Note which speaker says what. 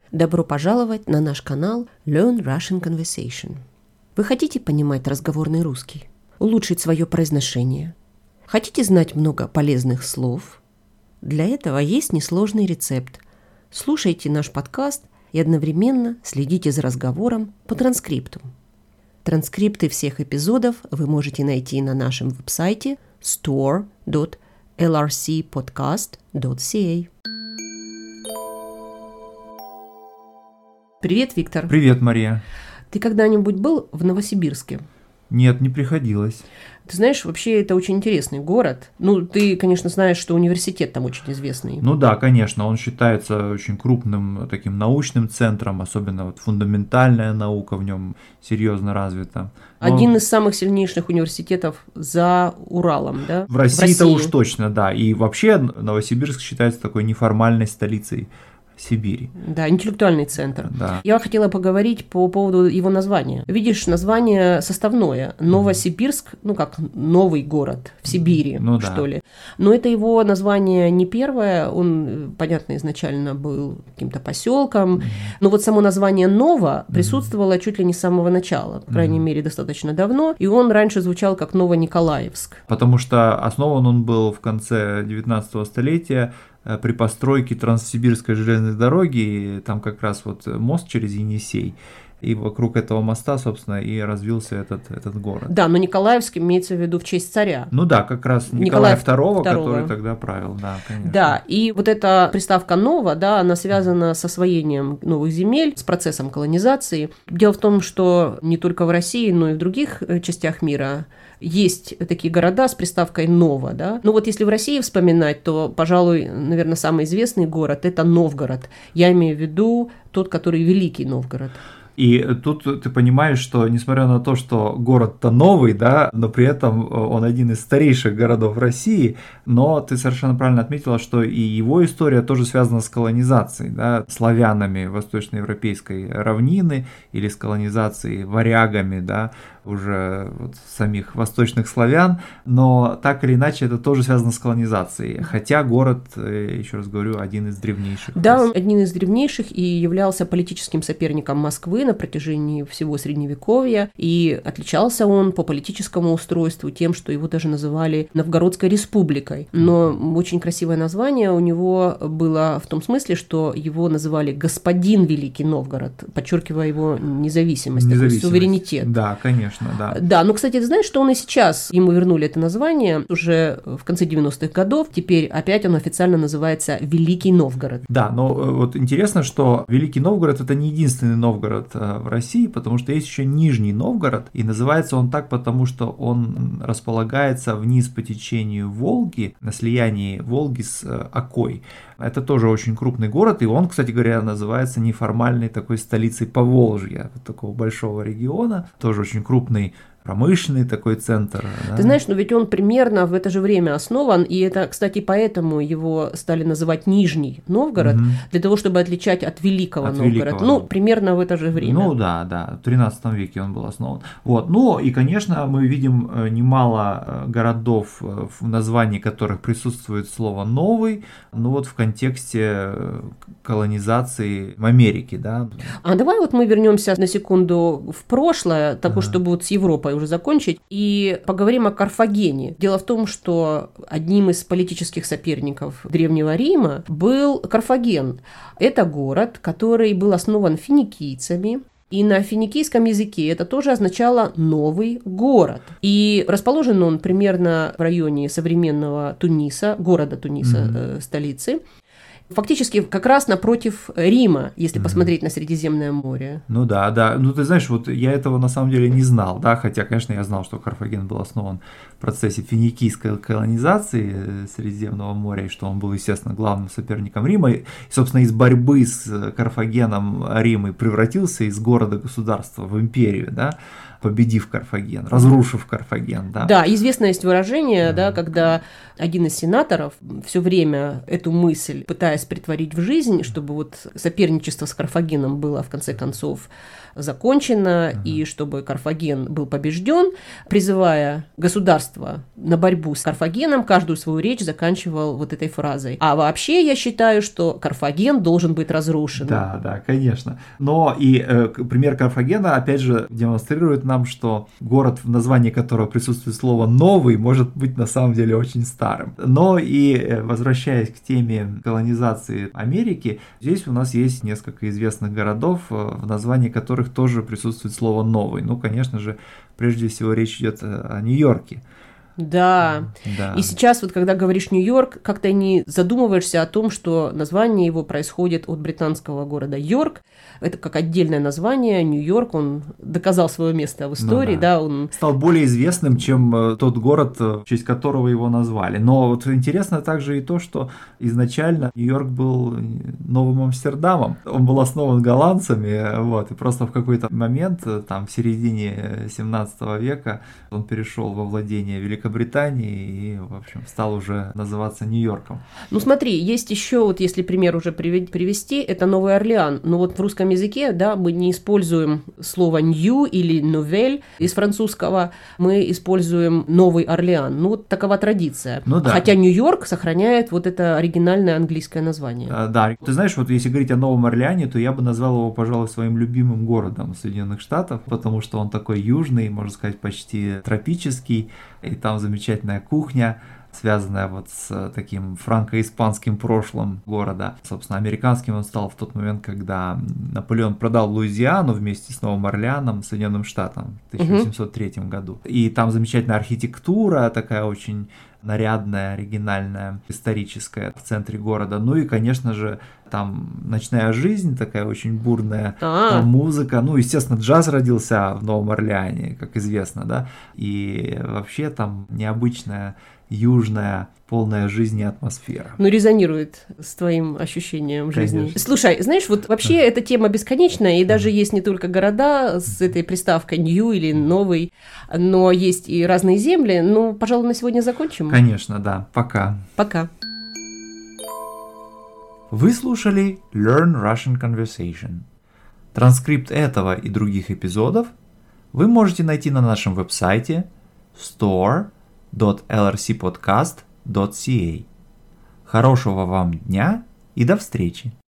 Speaker 1: Добро пожаловать на наш канал Learn Russian Conversation. Вы хотите понимать разговорный русский? Улучшить свое произношение? Хотите знать много полезных слов? Для этого есть несложный рецепт. Слушайте наш подкаст и одновременно следите за разговором по транскрипту. Транскрипты всех эпизодов вы можете найти на нашем веб-сайте store.lrcpodcast.ca. Привет, Виктор.
Speaker 2: Привет, Мария.
Speaker 1: Ты когда-нибудь был в Новосибирске?
Speaker 2: Нет, не приходилось.
Speaker 1: Ты знаешь, вообще это очень интересный город. Ты, конечно, знаешь, что университет там очень известный.
Speaker 2: Ну да, конечно, он считается очень крупным таким научным центром, особенно фундаментальная наука в нем серьезно развита.
Speaker 1: Один из самых сильнейших университетов за Уралом, да?
Speaker 2: В России-то уж точно, да. И вообще Новосибирск считается такой неформальной столицей Сибири.
Speaker 1: Да, интеллектуальный центр.
Speaker 2: Да.
Speaker 1: Я хотела поговорить по поводу его названия. Видишь, название составное. Новосибирск, как новый город в Сибири, что ли. Но это его название не первое. Он, понятно, изначально был каким-то поселком. Но вот само название «Ново» присутствовало чуть ли не с самого начала. По крайней мере, достаточно давно. И он раньше звучал как Новониколаевск.
Speaker 2: Потому что основан он был в конце 19 столетия при постройке Транссибирской железной дороги, там как раз мост через Енисей, и вокруг этого моста, собственно, и развился этот город.
Speaker 1: Да, но Николаевск имеется в виду в честь царя.
Speaker 2: Ну да, как раз Николая II, который тогда правил, да, конечно.
Speaker 1: Да, и вот эта приставка «ново», да, она связана с освоением новых земель, с процессом колонизации. Дело в том, что не только в России, но и в других частях мира есть такие города с приставкой «ново», да. Если в России вспоминать, то, пожалуй, наверное, самый известный город – это Новгород. Я имею в виду тот, который Великий Новгород.
Speaker 2: И тут ты понимаешь, что несмотря на то, что город-то новый, да, но при этом он один из старейших городов России, но ты совершенно правильно отметила, что и его история тоже связана с колонизацией, да, славянами восточноевропейской равнины или с колонизацией варягами, да, уже самих восточных славян, но так или иначе это тоже связано с колонизацией, хотя город, еще раз говорю, один из древнейших.
Speaker 1: Да, он один из древнейших и являлся политическим соперником Москвы на протяжении всего Средневековья, и отличался он по политическому устройству тем, что его даже называли Новгородской республикой. Но очень красивое название у него было в том смысле, что его называли господин Великий Новгород, подчеркивая его независимость. Такой суверенитет.
Speaker 2: Да, конечно. Да.
Speaker 1: Да, но, кстати, ты знаешь, что он и сейчас, ему вернули это название уже в конце 90-х годов, теперь опять он официально называется Великий Новгород.
Speaker 2: Да, но интересно, что Великий Новгород – это не единственный Новгород в России, потому что есть еще Нижний Новгород, и называется он так, потому что он располагается вниз по течению Волги, на слиянии Волги с Окой. Это тоже очень крупный город, и он, кстати говоря, называется неформальной такой столицей Поволжья, такого большого региона, тоже очень крупный промышленный такой центр. Да?
Speaker 1: Ты знаешь, но ведь он примерно в это же время основан, и это, кстати, поэтому его стали называть Нижний Новгород, для того, чтобы отличать от Великого Новгорода. Примерно в это же время.
Speaker 2: В 13 веке он был основан. Ну и, конечно, мы видим немало городов, в названии которых присутствует слово «новый», в контексте колонизации в Америке, да.
Speaker 1: А давай мы вернемся на секунду в прошлое, чтобы с Европой уже закончить, и поговорим о Карфагене. Дело в том, что одним из политических соперников Древнего Рима был Карфаген. Это город, который был основан финикийцами, и на финикийском языке это тоже означало «новый город». И расположен он примерно в районе современного Туниса, города Туниса, столицы. Фактически как раз напротив Рима, если посмотреть на Средиземное море.
Speaker 2: Да. Ты знаешь, я этого на самом деле не знал, да, хотя, конечно, я знал, что Карфаген был основан в процессе финикийской колонизации Средиземного моря, и что он был, естественно, главным соперником Рима. И, собственно, из борьбы с Карфагеном Рим и превратился из города-государства в империю, да, победив Карфаген, разрушив Карфаген. Да,
Speaker 1: да, известно есть выражение, да, когда один из сенаторов все время эту мысль, пытаясь пытаясь притворить в жизнь, чтобы вот соперничество с Карфагеном было в конце концов закончено, и чтобы Карфаген был побежден, призывая государство на борьбу с Карфагеном, каждую свою речь заканчивал вот этой фразой. А вообще я считаю, что Карфаген должен быть разрушен.
Speaker 2: Да, конечно. Но и пример Карфагена, опять же, демонстрирует нам, что город, в названии которого присутствует слово «новый», может быть на самом деле очень старым. Но и возвращаясь к теме колонизации Америки, здесь у нас есть несколько известных городов, в названии которых тоже присутствует слово «новый». Ну, конечно же, прежде всего речь идет о Нью-Йорке.
Speaker 1: Да. И сейчас вот когда говоришь Нью-Йорк, как-то не задумываешься о том, что название его происходит от британского города Йорк. Это как отдельное название. Нью-Йорк, он доказал свое место в истории, он
Speaker 2: стал более известным, чем тот город, в честь которого его назвали. Но вот интересно также и то, что изначально Нью-Йорк был Новым Амстердамом. Он был основан голландцами, и просто в какой-то момент, там в середине 17 века, он перешел во владение Великобритании и, в общем, стал уже называться Нью-Йорком.
Speaker 1: Ну смотри, есть еще, вот если пример уже привести, это Новый Орлеан. Но вот в русском языке, мы не используем слово «нью» или «новель» из французского, мы используем Новый Орлеан. Ну вот такова традиция. Хотя Нью-Йорк сохраняет вот это оригинальное английское название.
Speaker 2: Да, ты знаешь, вот если говорить о Новом Орлеане, то я бы назвал его, пожалуй, своим любимым городом Соединенных Штатов, потому что он такой южный, можно сказать, почти тропический, и там замечательная кухня, связанная вот с таким франко-испанским прошлым города. Собственно, американским он стал в тот момент, когда Наполеон продал Луизиану вместе с Новым Орлеаном Соединенным Штатам в 1803 году. И там замечательная архитектура, такая очень нарядная, оригинальная, историческая в центре города. Ну и, конечно же, там ночная жизнь такая очень бурная, там музыка. Ну, естественно, джаз родился в Новом Орлеане, как известно, и вообще там необычная южная, полная жизни атмосфера.
Speaker 1: Ну, резонирует с твоим ощущением жизни.
Speaker 2: Конечно.
Speaker 1: Слушай, знаешь, вот вообще эта тема бесконечная, и даже есть не только города с этой приставкой «нью» или «новый», но есть и разные земли. Ну, пожалуй, на сегодня закончим.
Speaker 2: Конечно, да. Пока.
Speaker 1: Пока.
Speaker 2: Вы слушали Learn Russian Conversation. Транскрипт этого и других эпизодов вы можете найти на нашем веб-сайте store.lrcpodcast.ca. Хорошего вам дня и до встречи!